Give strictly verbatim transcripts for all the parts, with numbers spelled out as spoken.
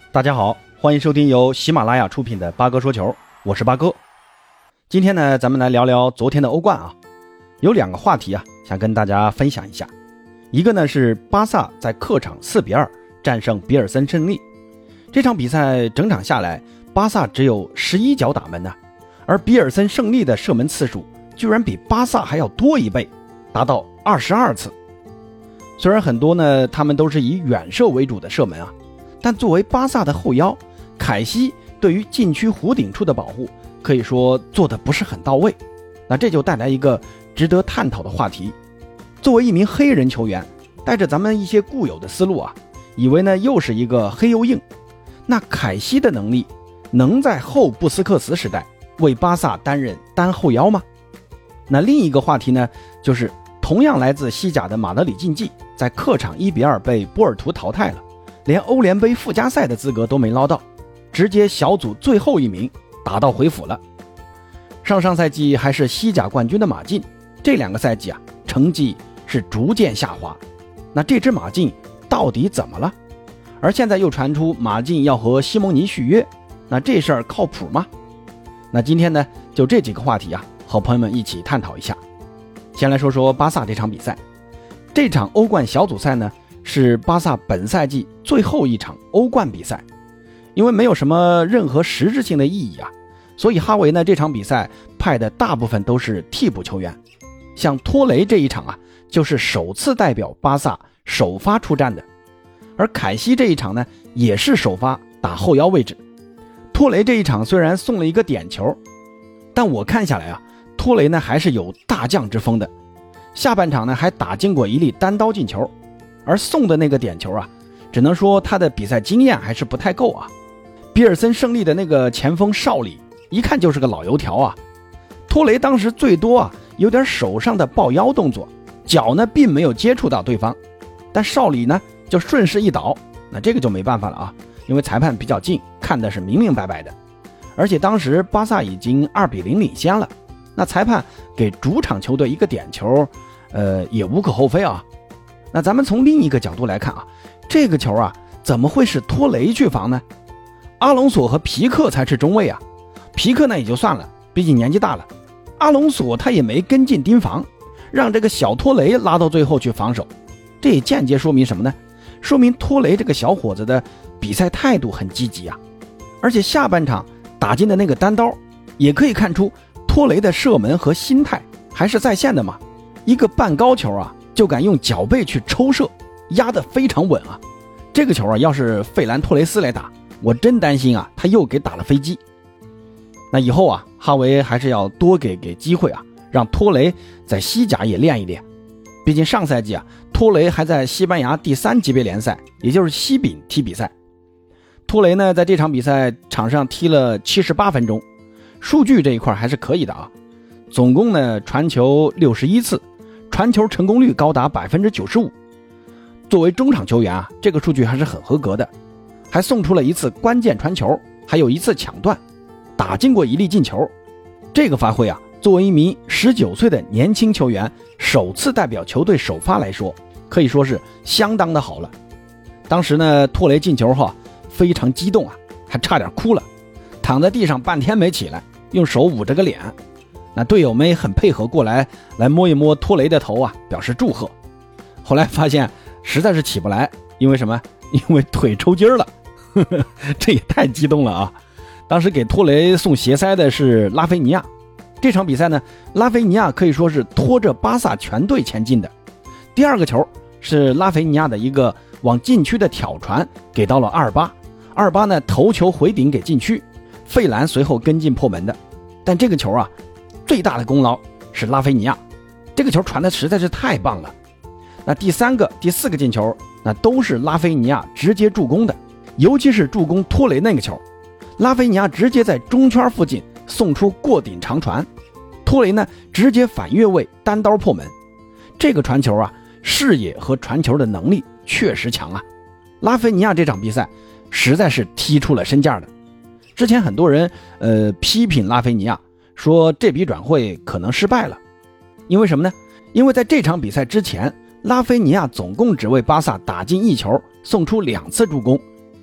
大家好，欢迎收听由喜马拉雅出品的八哥说球，我是八哥。今天呢，咱们来聊聊昨天的欧冠啊，有两个话题啊，想跟大家分享一下。一个呢是巴萨在客场四比二战胜比尔森胜利，这场比赛整场下来，巴萨只有十一脚打门呢、啊，而比尔森胜利的射门次数居然比巴萨还要多一倍，达到二十二次。虽然很多呢，他们都是以远射为主的射门啊，但作为巴萨的后腰，凯西对于禁区弧顶处的保护可以说做得不是很到位。那这就带来一个值得探讨的话题。作为一名黑人球员，带着咱们一些固有的思路啊，以为呢又是一个黑又硬。那凯西的能力能在后布斯克茨时代为巴萨担任单后腰吗？那另一个话题呢，就是同样来自西甲的马德里竞技在客场一比二被波尔图淘汰了，连欧联杯附加赛的资格都没捞到，直接小组最后一名打道回府了。上上赛季还是西甲冠军的马竞，这两个赛季啊，成绩是逐渐下滑。那这支马竞到底怎么了？而现在又传出马竞要和西蒙尼续约，那这事儿靠谱吗？那今天呢，就这几个话题啊，和朋友们一起探讨一下。先来说说巴萨这场比赛。这场欧冠小组赛呢，是巴萨本赛季最后一场欧冠比赛，因为没有什么任何实质性的意义啊，所以哈维呢这场比赛派的大部分都是替补球员。像托雷这一场啊，就是首次代表巴萨首发出战的，而凯西这一场呢，也是首发打后腰位置。托雷这一场虽然送了一个点球，但我看下来啊，托雷呢还是有大将之风的。下半场呢还打进过一粒单刀进球，而送的那个点球啊，只能说他的比赛经验还是不太够啊。比尔森胜利的那个前锋绍里一看就是个老油条啊，托雷当时最多啊有点手上的抱腰动作，脚呢并没有接触到对方，但绍里呢就顺势一倒，那这个就没办法了啊，因为裁判比较近，看的是明明白白的。而且当时巴萨已经二比零领先了，那裁判给主场球队一个点球，呃，也无可厚非啊。那咱们从另一个角度来看啊，这个球啊，怎么会是托雷去防呢？阿隆索和皮克才是中卫啊，皮克呢也就算了，毕竟年纪大了。阿隆索他也没跟进盯防，让这个小托雷拉到最后去防守，这也间接说明什么呢？说明托雷这个小伙子的比赛态度很积极啊。而且下半场打进的那个单刀，也可以看出托雷的射门和心态还是在线的嘛。一个半高球啊，就敢用脚背去抽射，压得非常稳啊。这个球啊，要是费兰托雷斯来打，我真担心啊，他又给打了飞机。那以后啊，哈维还是要多给给机会啊，让托雷在西甲也练一练。毕竟上赛季啊，托雷还在西班牙第三级别联赛，也就是西丙踢比赛。托雷呢，在这场比赛场上踢了七十八分钟，数据这一块还是可以的啊。总共呢传球六十一次，传球成功率高达 百分之九十五。 作为中场球员啊，这个数据还是很合格的，还送出了一次关键传球，还有一次抢断，打进过一粒进球。这个发挥啊，作为一名十九岁的年轻球员首次代表球队首发来说，可以说是相当的好了。当时呢托雷进球后啊，非常激动啊，还差点哭了，躺在地上半天没起来，用手捂着个脸。那队友们很配合过来，来摸一摸托雷的头啊，表示祝贺。后来发现实在是起不来，因为什么？因为腿抽筋了，呵呵，这也太激动了啊！当时给托雷送鞋塞的是拉菲尼亚。这场比赛呢，拉菲尼亚可以说是拖着巴萨全队前进的。第二个球是拉菲尼亚的一个往禁区的挑传，给到了阿尔巴。阿尔巴呢头球回顶给禁区，费兰随后跟进破门的。但这个球啊，最大的功劳是拉菲尼亚，这个球传的实在是太棒了。那第三个、第四个进球，那都是拉菲尼亚直接助攻的，尤其是助攻托雷那个球，拉菲尼亚直接在中圈附近送出过顶长传，托雷呢直接反越位单刀破门。这个传球啊，视野和传球的能力确实强啊。拉菲尼亚这场比赛实在是踢出了身价的。之前很多人呃批评拉菲尼亚，说这笔转会可能失败了，因为什么呢？因为在这场比赛之前，拉菲尼亚总共只为巴萨打进一球，送出两次助攻。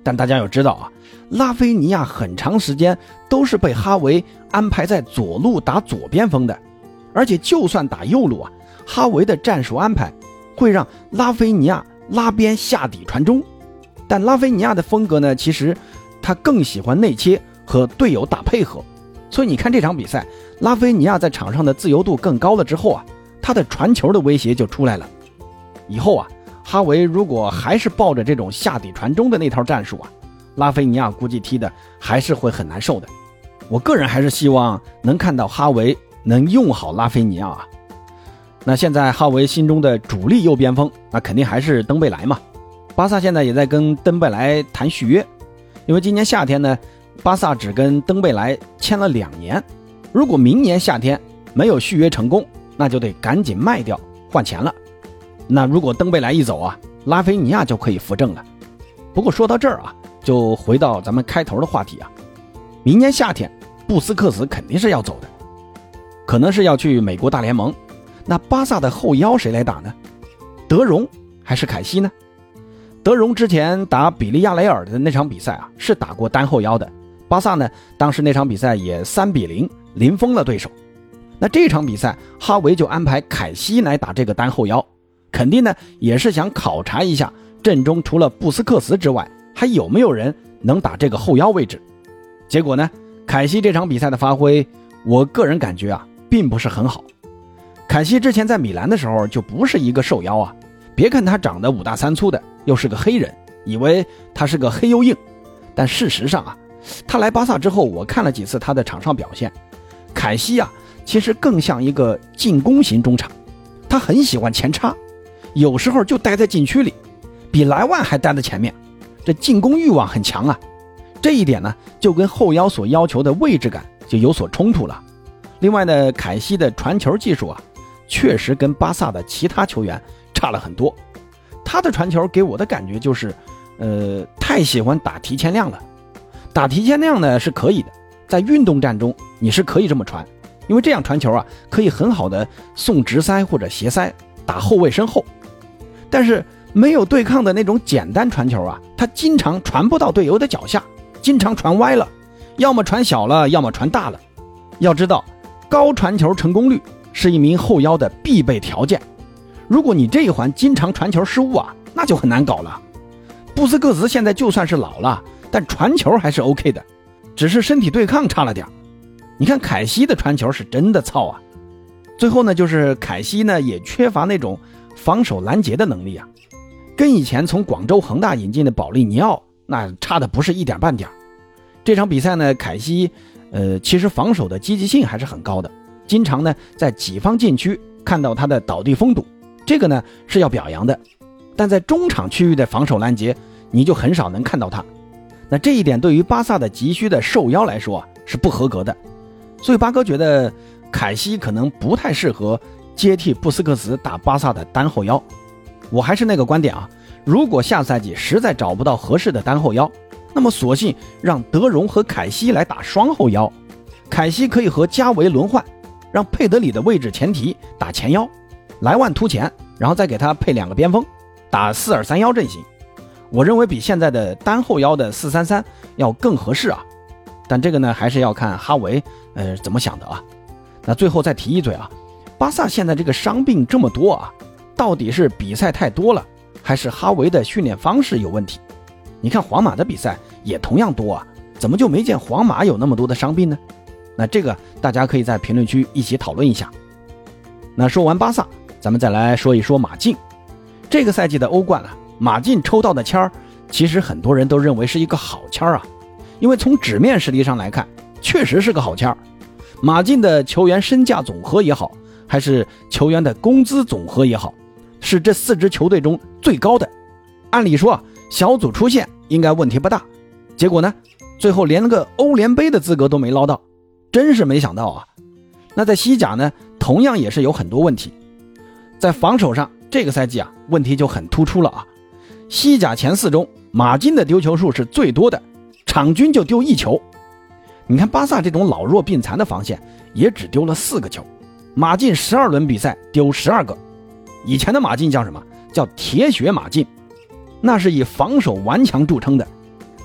但大家要知道啊，拉菲尼亚很长时间都是被哈维安排在左路打左边锋的，而且就算打右路啊，哈维的战术安排会让拉菲尼亚拉边下底传中。但拉菲尼亚的风格呢，其实他更喜欢内切和队友打配合，所以你看这场比赛，拉菲尼亚在场上的自由度更高了之后啊，他的传球的威胁就出来了。以后啊，哈维如果还是抱着这种下底传中的那套战术啊，拉菲尼亚估计踢的还是会很难受的。我个人还是希望能看到哈维能用好拉菲尼亚啊。那现在哈维心中的主力右边锋，那肯定还是登贝莱嘛。巴萨现在也在跟登贝莱谈续约，因为今年夏天呢，巴萨只跟登贝莱签了两年，如果明年夏天没有续约成功，那就得赶紧卖掉换钱了。那如果登贝莱一走啊，拉菲尼亚就可以扶正了。不过说到这儿啊，就回到咱们开头的话题啊，明年夏天布斯克茨肯定是要走的，可能是要去美国大联盟。那巴萨的后腰谁来打呢？德容还是凯西呢？德容之前打比利亚雷尔的那场比赛啊，是打过单后腰的。巴萨呢，当时那场比赛也三比零零封了对手。那这场比赛，哈维就安排凯西来打这个单后腰，肯定呢也是想考察一下阵中除了布斯克茨之外，还有没有人能打这个后腰位置。结果呢，凯西这场比赛的发挥，我个人感觉啊，并不是很好。凯西之前在米兰的时候就不是一个瘦腰啊，别看他长得五大三粗的，又是个黑人，以为他是个黑又硬，但事实上啊，他来巴萨之后，我看了几次他的场上表现，凯西啊，其实更像一个进攻型中场，他很喜欢前插，有时候就待在禁区里，比莱万还待在前面，这进攻欲望很强啊。这一点呢，就跟后腰所要求的位置感就有所冲突了。另外呢，凯西的传球技术啊，确实跟巴萨的其他球员差了很多。他的传球给我的感觉就是，呃，太喜欢打提前量了。打提前量呢是可以的，在运动战中你是可以这么传，因为这样传球啊，可以很好的送直塞或者斜塞，打后卫身后。但是没有对抗的那种简单传球啊，他经常传不到队友的脚下，经常传歪了，要么传小了，要么传大了。要知道，高传球成功率是一名后腰的必备条件。如果你这一环经常传球失误啊，那就很难搞了。布斯克茨现在就算是老了，但传球还是 OK 的，只是身体对抗差了点。你看凯西的传球是真的糙啊。最后呢，就是凯西呢也缺乏那种防守拦截的能力啊，跟以前从广州恒大引进的保利尼奥那差的不是一点半点。这场比赛呢，凯西呃其实防守的积极性还是很高的，经常呢在己方禁区看到他的倒地封堵，这个呢是要表扬的。但在中场区域的防守拦截，你就很少能看到他。那这一点对于巴萨的急需的受腰来说啊，是不合格的。所以巴哥觉得凯西可能不太适合接替布斯克茨打巴萨的单后腰。我还是那个观点啊，如果下赛季实在找不到合适的单后腰，那么索性让德容和凯西来打双后腰，凯西可以和加维轮换，让佩德里的位置前提打前腰，莱万突前，然后再给他配两个边锋，打四二三一阵型。我认为比现在的单后腰的四三三要更合适啊。但这个呢，还是要看哈维呃怎么想的啊。那最后再提一嘴啊，巴萨现在这个伤病这么多啊，到底是比赛太多了，还是哈维的训练方式有问题？你看皇马的比赛也同样多啊，怎么就没见皇马有那么多的伤病呢？那这个大家可以在评论区一起讨论一下。那说完巴萨，咱们再来说一说马竞。这个赛季的欧冠啊，马竞抽到的签儿，其实很多人都认为是一个好签儿啊，因为从纸面实力上来看，确实是个好签儿。马竞的球员身价总和也好，还是球员的工资总和也好，是这四支球队中最高的。按理说啊，小组出线应该问题不大，结果呢，最后连个欧联杯的资格都没捞到，真是没想到啊。那在西甲呢，同样也是有很多问题。在防守上，这个赛季啊，问题就很突出了啊。西甲前四中，马竞的丢球数是最多的，场均就丢一球。你看巴萨这种老弱病残的防线也只丢了四个球，马竞十二轮比赛丢十二个。以前的马竞叫什么？叫铁血马竞，那是以防守顽强著称的。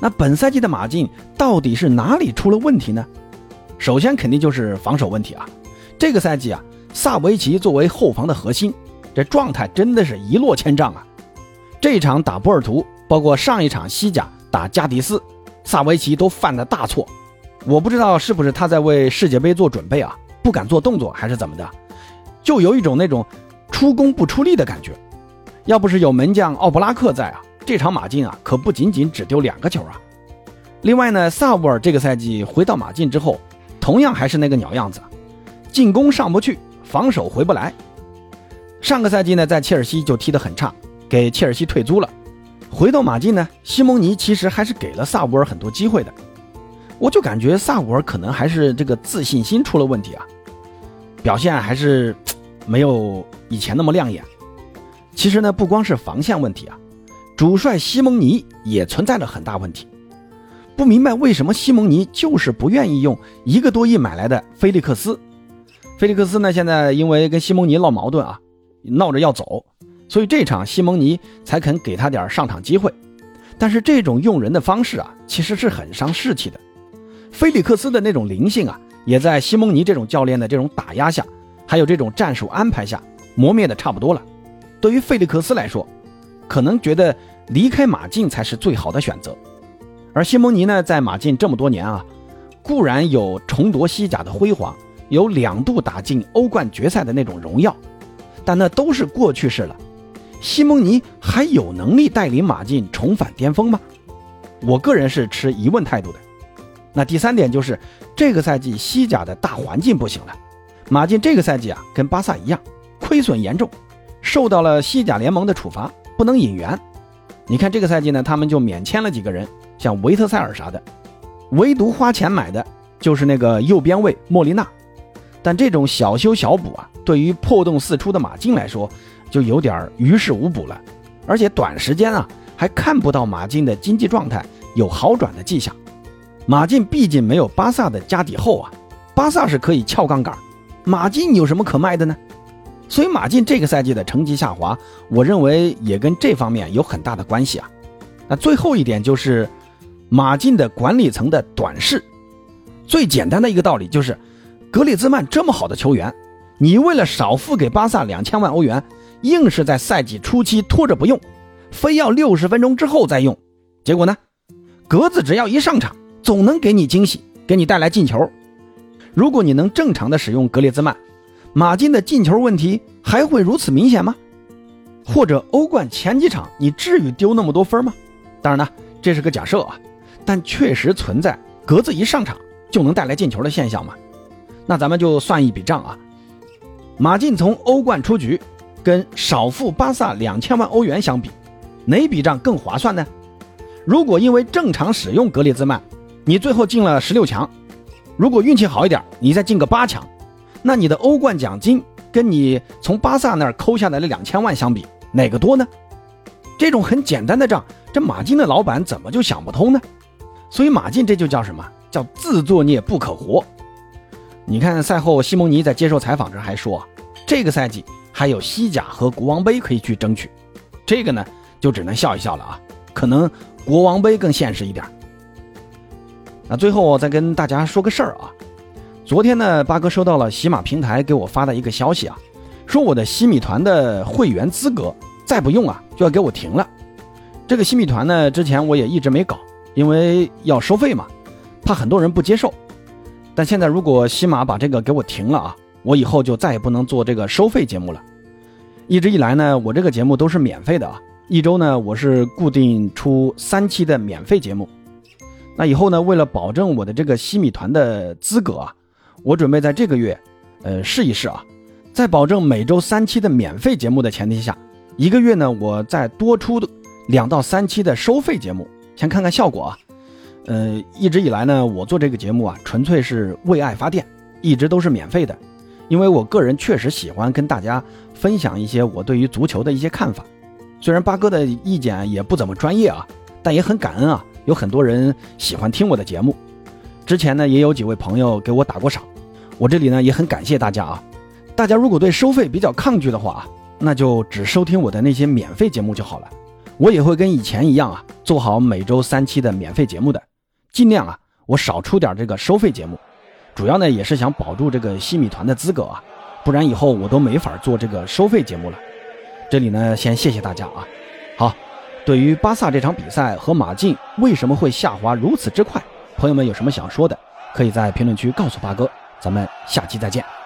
那本赛季的马竞到底是哪里出了问题呢？首先肯定就是防守问题啊。这个赛季啊，萨维奇作为后防的核心，这状态真的是一落千丈啊。这一场打波尔图，包括上一场西甲打加迪斯，萨维奇都犯了大错。我不知道是不是他在为世界杯做准备啊，不敢做动作还是怎么的，就有一种那种出工不出力的感觉。要不是有门将奥布拉克在啊，这场马竞啊可不仅仅只丢两个球啊。另外呢，萨乌尔这个赛季回到马竞之后，同样还是那个鸟样子，进攻上不去，防守回不来。上个赛季呢，在切尔西就踢得很差，给切尔西退租了。回到马竞呢，西蒙尼其实还是给了萨乌尔很多机会的。我就感觉萨乌尔可能还是这个自信心出了问题啊，表现还是没有以前那么亮眼。其实呢，不光是防线问题啊，主帅西蒙尼也存在了很大问题。不明白为什么西蒙尼就是不愿意用一个多亿买来的菲利克斯。菲利克斯呢，现在因为跟西蒙尼闹矛盾啊，闹着要走，所以这场西蒙尼才肯给他点上场机会。但是这种用人的方式啊，其实是很伤士气的。菲利克斯的那种灵性啊，也在西蒙尼这种教练的这种打压下，还有这种战术安排下磨灭的差不多了。对于菲利克斯来说，可能觉得离开马竞才是最好的选择。而西蒙尼呢，在马竞这么多年啊，固然有重夺西甲的辉煌，有两度打进欧冠决赛的那种荣耀，但那都是过去式了。西蒙尼还有能力带领马竞重返巅峰吗？我个人是持疑问态度的。那第三点就是这个赛季西甲的大环境不行了，马竞这个赛季啊跟巴萨一样亏损严重，受到了西甲联盟的处罚，不能引援。你看这个赛季呢，他们就免签了几个人，像维特塞尔啥的，唯独花钱买的就是那个右边卫莫利纳。但这种小修小补啊，对于破洞四出的马竞来说就有点于事无补了，而且短时间啊还看不到马竞的经济状态有好转的迹象。马竞毕竟没有巴萨的家底厚啊，巴萨是可以撬杠杆，马竞有什么可卖的呢？所以马竞这个赛季的成绩下滑，我认为也跟这方面有很大的关系啊。那最后一点就是马竞的管理层的短视。最简单的一个道理就是，格列兹曼这么好的球员，你为了少付给巴萨两千万欧元，硬是在赛季初期拖着不用，非要六十分钟之后再用。结果呢，格子只要一上场，总能给你惊喜，给你带来进球。如果你能正常的使用格列兹曼，马竞的进球问题还会如此明显吗？或者欧冠前几场你至于丢那么多分吗？当然呢，这是个假设啊，但确实存在格子一上场就能带来进球的现象嘛。那咱们就算一笔账啊，马竞从欧冠出局跟少付巴萨两千万欧元相比，哪笔账更划算呢？如果因为正常使用格列兹曼，你最后进了十六强，如果运气好一点，你再进个八强，那你的欧冠奖金跟你从巴萨那儿抠下来的两千万相比，哪个多呢？这种很简单的账，这马竞的老板怎么就想不通呢？所以马竞这就叫什么？叫自作孽不可活。你看赛后西蒙尼在接受采访时还说，这个赛季还有西甲和国王杯可以去争取，这个呢就只能笑一笑了啊，可能国王杯更现实一点。那最后我再跟大家说个事儿啊，昨天呢八哥收到了喜马平台给我发的一个消息啊，说我的西米团的会员资格再不用啊就要给我停了。这个西米团呢之前我也一直没搞，因为要收费嘛，怕很多人不接受。但现在如果西马把这个给我停了啊，我以后就再也不能做这个收费节目了。一直以来呢，我这个节目都是免费的啊，一周呢我是固定出三期的免费节目。那以后呢，为了保证我的这个西米团的资格啊，我准备在这个月呃试一试啊，在保证每周三期的免费节目的前提下，一个月呢我再多出两到三期的收费节目，先看看效果啊。呃，一直以来呢，我做这个节目啊，纯粹是为爱发电，一直都是免费的。因为我个人确实喜欢跟大家分享一些我对于足球的一些看法。虽然八哥的意见也不怎么专业啊，但也很感恩啊，有很多人喜欢听我的节目。之前呢，也有几位朋友给我打过赏，我这里呢也很感谢大家啊。大家如果对收费比较抗拒的话，那就只收听我的那些免费节目就好了。我也会跟以前一样啊， 做好每周三期的免费节目的，尽量啊我少出点这个收费节目，主要呢也是想保住这个西米团的资格啊，不然以后我都没法做这个收费节目了。这里呢先谢谢大家啊。好，对于巴萨这场比赛和马竞为什么会下滑如此之快，朋友们有什么想说的，可以在评论区告诉八哥，咱们下期再见。